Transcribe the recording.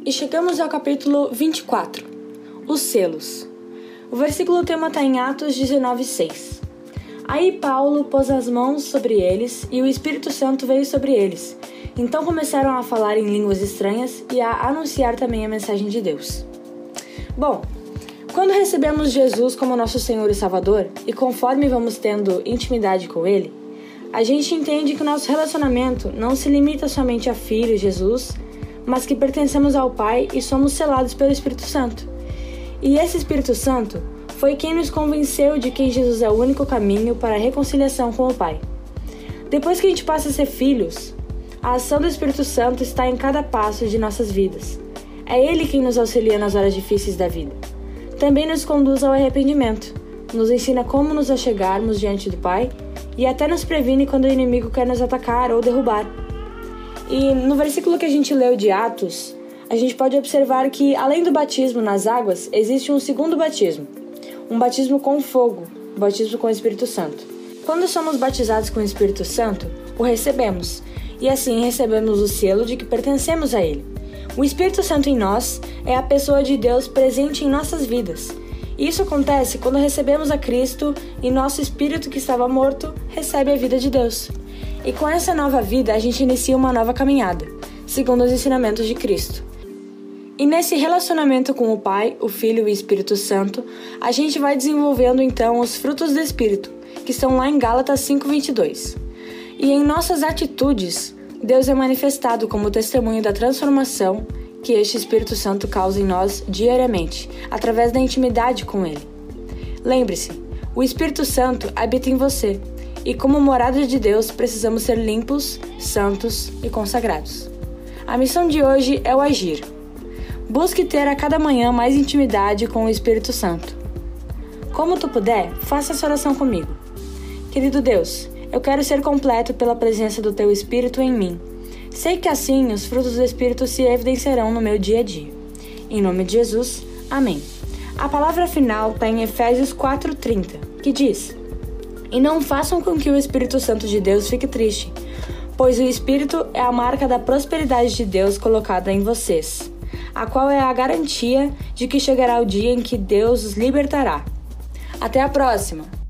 E chegamos ao capítulo 24, os selos. O versículo tema está em Atos 19:6. Aí Paulo pôs as mãos sobre eles e o Espírito Santo veio sobre eles. Então começaram a falar em línguas estranhas e a anunciar também a mensagem de Deus. Bom, quando recebemos Jesus como nosso Senhor e Salvador, e conforme vamos tendo intimidade com Ele, a gente entende que o nosso relacionamento não se limita somente a Filho Jesus, mas que pertencemos ao Pai e somos selados pelo Espírito Santo. E esse Espírito Santo foi quem nos convenceu de que Jesus é o único caminho para a reconciliação com o Pai. Depois que a gente passa a ser filhos, a ação do Espírito Santo está em cada passo de nossas vidas. É Ele quem nos auxilia nas horas difíceis da vida. Também nos conduz ao arrependimento, nos ensina como nos achegarmos diante do Pai e até nos previne quando o inimigo quer nos atacar ou derrubar. E no versículo que a gente leu de Atos, a gente pode observar que, além do batismo nas águas, existe um segundo batismo, um batismo com fogo, o batismo com o Espírito Santo. Quando somos batizados com o Espírito Santo, o recebemos, e assim recebemos o selo de que pertencemos a Ele. O Espírito Santo em nós é a pessoa de Deus presente em nossas vidas. Isso acontece quando recebemos a Cristo e nosso espírito que estava morto recebe a vida de Deus. E com essa nova vida a gente inicia uma nova caminhada, segundo os ensinamentos de Cristo. E nesse relacionamento com o Pai, o Filho e o Espírito Santo, a gente vai desenvolvendo então os frutos do Espírito, que estão lá em Gálatas 5:22. E em nossas atitudes, Deus é manifestado como testemunho da transformação que este Espírito Santo causa em nós diariamente, através da intimidade com Ele. Lembre-se, o Espírito Santo habita em você, e como morada de Deus precisamos ser limpos, santos e consagrados. A missão de hoje é o agir. Busque ter a cada manhã mais intimidade com o Espírito Santo. Como tu puder, faça essa oração comigo. Querido Deus, eu quero ser completo pela presença do Teu Espírito em mim. Sei que assim os frutos do Espírito se evidenciarão no meu dia a dia. Em nome de Jesus, amém. A palavra final está em Efésios 4:30, que diz: E não façam com que o Espírito Santo de Deus fique triste, pois o Espírito é a marca da prosperidade de Deus colocada em vocês, a qual é a garantia de que chegará o dia em que Deus os libertará. Até a próxima!